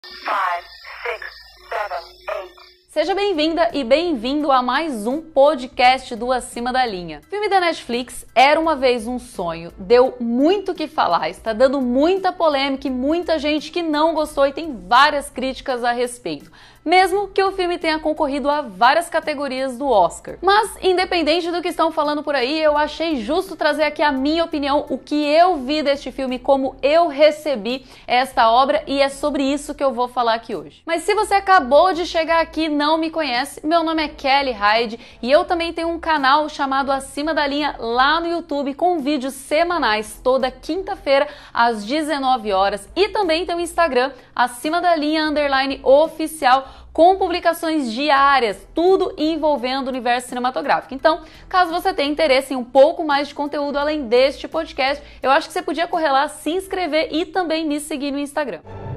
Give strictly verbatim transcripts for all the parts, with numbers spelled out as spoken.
Five, six, seven, eight. Seja bem-vinda e bem-vindo a mais um podcast do Acima da Linha. O filme da Netflix, Era Uma Vez um Sonho, deu muito o que falar, está dando muita polêmica e muita gente que não gostou e tem várias críticas a respeito. Mesmo que o filme tenha concorrido a várias categorias do Oscar. Mas, independente do que estão falando por aí, eu achei justo trazer aqui a minha opinião, o que eu vi deste filme, como eu recebi esta obra, e é sobre isso que eu vou falar aqui hoje. Mas se você acabou de chegar aqui e não me conhece, meu nome é Kelly Hyde e eu também tenho um canal chamado Acima da Linha lá no YouTube com vídeos semanais toda quinta-feira às dezenove horas, e também tem o Instagram Acima da Linha underline oficial, com publicações diárias, tudo envolvendo o universo cinematográfico. Então, caso você tenha interesse em um pouco mais de conteúdo além deste podcast, eu acho que você podia correr lá, se inscrever e também me seguir no Instagram.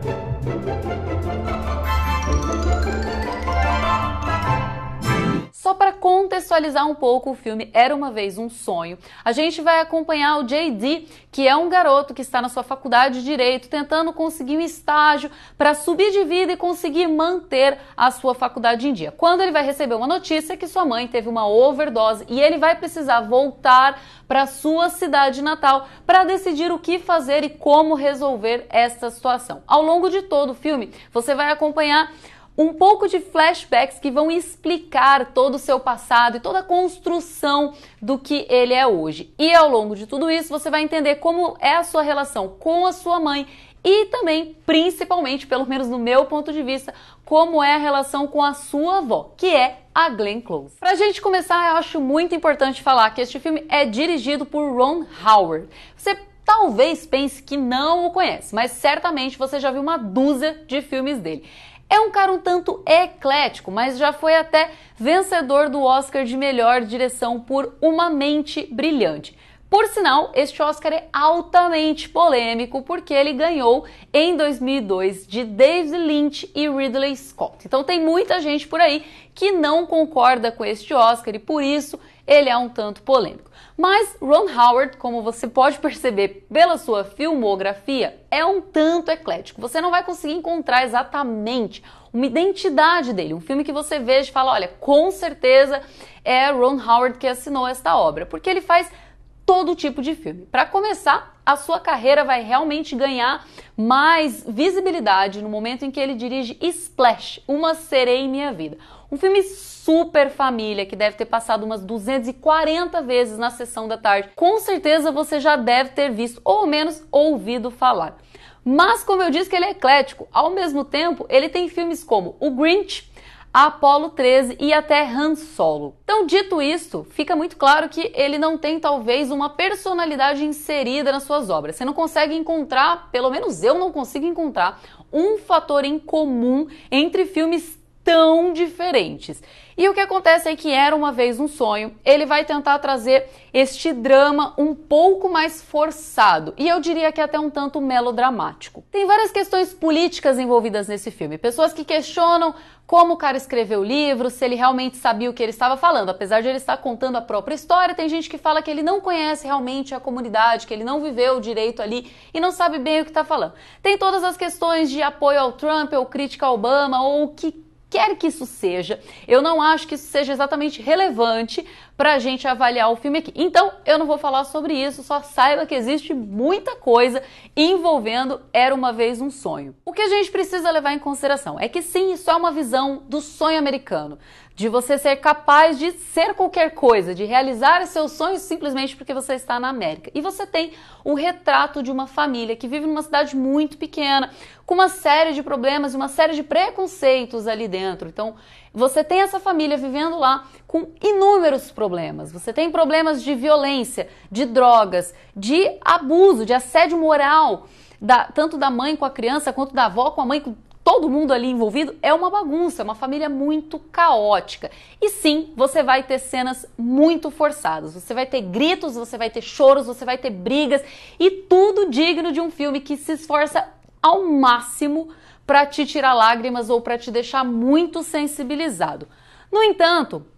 Só para contextualizar um pouco o filme Era Uma Vez um Sonho, a gente vai acompanhar o J D, que é um garoto que está na sua faculdade de Direito, tentando conseguir um estágio para subir de vida e conseguir manter a sua faculdade em dia. Quando ele vai receber uma notícia que sua mãe teve uma overdose e ele vai precisar voltar para sua cidade natal para decidir o que fazer e como resolver essa situação. Ao longo de todo o filme, você vai acompanhar um pouco de flashbacks que vão explicar todo o seu passado e toda a construção do que ele é hoje. E ao longo de tudo isso, você vai entender como é a sua relação com a sua mãe e também, principalmente, pelo menos no meu ponto de vista, como é a relação com a sua avó, que é a Glenn Close. Pra gente começar, eu acho muito importante falar que este filme é dirigido por Ron Howard. Você talvez pense que não o conhece, mas certamente você já viu uma dúzia de filmes dele. É um cara um tanto eclético, mas já foi até vencedor do Oscar de melhor direção por Uma Mente Brilhante. Por sinal, este Oscar é altamente polêmico porque ele ganhou em dois mil e dois de David Lynch e Ridley Scott. Então tem muita gente por aí que não concorda com este Oscar e por isso ele é um tanto polêmico. Mas Ron Howard, como você pode perceber pela sua filmografia, é um tanto eclético. Você não vai conseguir encontrar exatamente uma identidade dele, um filme que você veja e fala, olha, com certeza é Ron Howard que assinou esta obra, porque ele faz todo tipo de filme. Para começar, a sua carreira vai realmente ganhar mais visibilidade no momento em que ele dirige Splash, Uma Sereia em Minha Vida. Um filme super família, que deve ter passado umas duzentas e quarenta vezes na sessão da tarde. Com certeza você já deve ter visto, ou ao menos ouvido falar. Mas, como eu disse que ele é eclético, ao mesmo tempo, ele tem filmes como O Grinch, Apollo treze e até Han Solo. Então, dito isso, fica muito claro que ele não tem talvez uma personalidade inserida nas suas obras. Você não consegue encontrar, pelo menos eu não consigo encontrar, um fator em comum entre filmes tão diferentes. E o que acontece é que Era Uma Vez um Sonho, ele vai tentar trazer este drama um pouco mais forçado, e eu diria que até um tanto melodramático. Tem várias questões políticas envolvidas nesse filme, pessoas que questionam como o cara escreveu o livro, se ele realmente sabia o que ele estava falando. Apesar de ele estar contando a própria história, tem gente que fala que ele não conhece realmente a comunidade, que ele não viveu direito ali e não sabe bem o que está falando. Tem todas as questões de apoio ao Trump ou crítica ao Obama ou o que quer que isso seja. Eu não acho que isso seja exatamente relevante para a gente avaliar o filme aqui. Então, eu não vou falar sobre isso, só saiba que existe muita coisa envolvendo Era Uma Vez um Sonho. O que a gente precisa levar em consideração é que sim, isso é uma visão do sonho americano, de você ser capaz de ser qualquer coisa, de realizar seus sonhos simplesmente porque você está na América. E você tem o retrato de uma família que vive numa cidade muito pequena, com uma série de problemas e uma série de preconceitos ali dentro. Então, você tem essa família vivendo lá com inúmeros problemas. Você tem problemas de violência, de drogas, de abuso, de assédio moral, da, tanto da mãe com a criança, quanto da avó com a mãe, com todo mundo ali envolvido. É uma bagunça, é uma família muito caótica. E sim, você vai ter cenas muito forçadas. Você vai ter gritos, você vai ter choros, você vai ter brigas e tudo digno de um filme que se esforça ao máximo para te tirar lágrimas ou para te deixar muito sensibilizado. No entanto,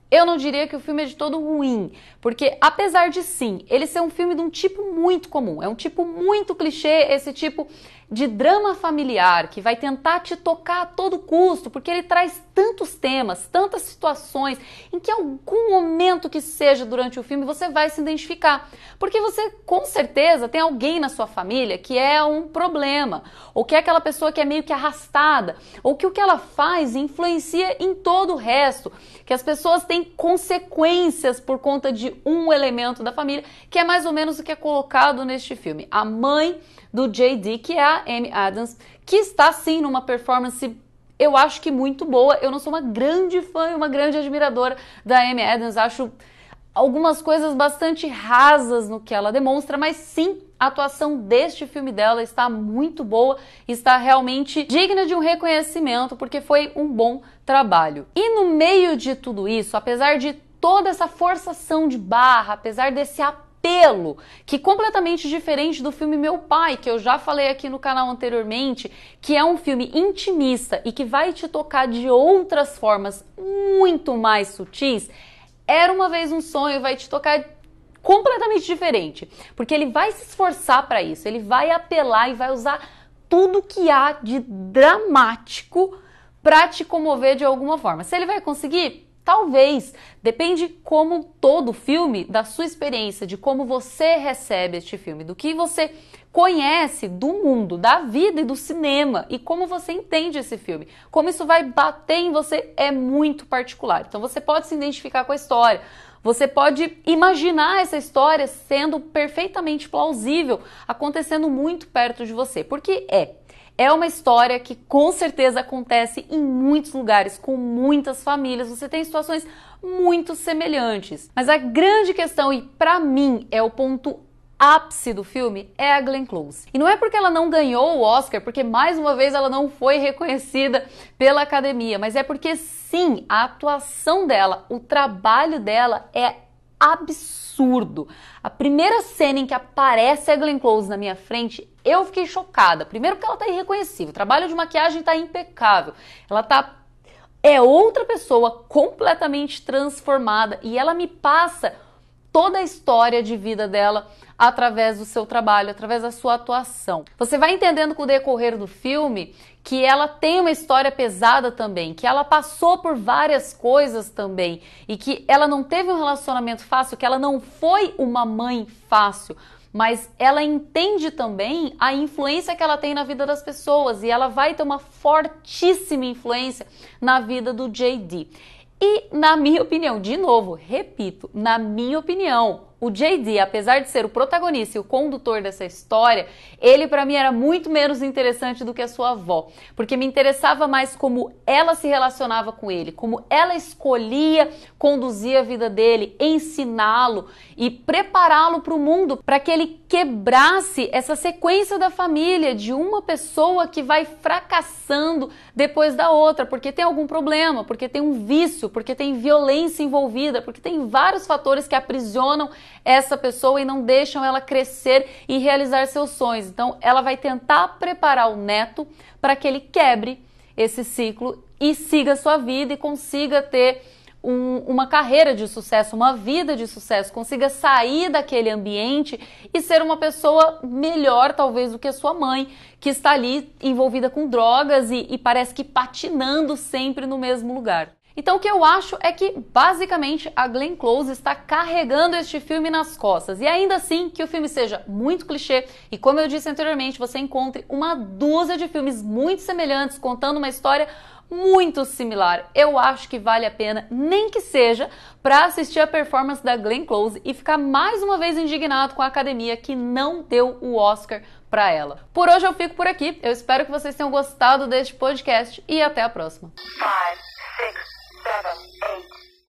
Eu não diria que o filme é de todo ruim, porque apesar de sim, ele ser um filme de um tipo muito comum, é um tipo muito clichê, esse tipo de drama familiar que vai tentar te tocar a todo custo, porque ele traz tantos temas, tantas situações, em que algum momento que seja durante o filme você vai se identificar, porque você com certeza tem alguém na sua família que é um problema, ou que é aquela pessoa que é meio que arrastada, ou que o que ela faz influencia em todo o resto, que as pessoas têm consequências por conta de um elemento da família, que é mais ou menos o que é colocado neste filme. A mãe do J D, que é a Amy Adams, que está sim numa performance, eu acho que muito boa. Eu não sou uma grande fã e uma grande admiradora da Amy Adams, acho algumas coisas bastante rasas no que ela demonstra, mas sim, a atuação deste filme dela está muito boa, está realmente digna de um reconhecimento, porque foi um bom trabalho. E no meio de tudo isso, apesar de toda essa forçação de barra, apesar desse apelo, que é completamente diferente do filme Meu Pai, que eu já falei aqui no canal anteriormente, que é um filme intimista e que vai te tocar de outras formas muito mais sutis, Era Uma Vez um Sonho vai te tocar completamente diferente, porque ele vai se esforçar para isso, ele vai apelar e vai usar tudo que há de dramático para te comover de alguma forma. Se ele vai conseguir? Talvez. Depende como todo filme, da sua experiência, de como você recebe este filme, do que você conhece do mundo, da vida e do cinema e como você entende esse filme. Como isso vai bater em você é muito particular. Então você pode se identificar com a história, você pode imaginar essa história sendo perfeitamente plausível, acontecendo muito perto de você, porque é. É uma história que com certeza acontece em muitos lugares, com muitas famílias, você tem situações muito semelhantes. Mas a grande questão, e pra mim é o ponto ápice do filme, é a Glenn Close. E não é porque ela não ganhou o Oscar, porque mais uma vez ela não foi reconhecida pela academia, mas é porque sim, a atuação dela, o trabalho dela é absurdo. A primeira cena em que aparece a Glenn Close na minha frente, eu fiquei chocada. Primeiro porque ela tá irreconhecível, o trabalho de maquiagem tá impecável. Ela tá... é outra pessoa completamente transformada e ela me passa toda a história de vida dela através do seu trabalho, através da sua atuação. Você vai entendendo com o decorrer do filme que ela tem uma história pesada também, que ela passou por várias coisas também e que ela não teve um relacionamento fácil, que ela não foi uma mãe fácil, mas ela entende também a influência que ela tem na vida das pessoas e ela vai ter uma fortíssima influência na vida do J D. E na minha opinião, de novo, repito, na minha opinião, o J D, apesar de ser o protagonista e o condutor dessa história, ele para mim era muito menos interessante do que a sua avó, porque me interessava mais como ela se relacionava com ele, como ela escolhia conduzir a vida dele, ensiná-lo e prepará-lo para o mundo, para que ele quebrasse essa sequência da família de uma pessoa que vai fracassando depois da outra, porque tem algum problema, porque tem um vício, porque tem violência envolvida, porque tem vários fatores que aprisionam essa pessoa e não deixam ela crescer e realizar seus sonhos. Então ela vai tentar preparar o neto para que ele quebre esse ciclo e siga sua vida e consiga ter um, uma carreira de sucesso, uma vida de sucesso, consiga sair daquele ambiente e ser uma pessoa melhor talvez do que a sua mãe, que está ali envolvida com drogas e, e parece que patinando sempre no mesmo lugar. Então o que eu acho é que basicamente a Glenn Close está carregando este filme nas costas e ainda assim que o filme seja muito clichê e como eu disse anteriormente, você encontre uma dúzia de filmes muito semelhantes contando uma história muito similar. Eu acho que vale a pena, nem que seja para assistir a performance da Glenn Close e ficar mais uma vez indignado com a academia que não deu o Oscar para ela. Por hoje eu fico por aqui, eu espero que vocês tenham gostado deste podcast e até a próxima. Five, six,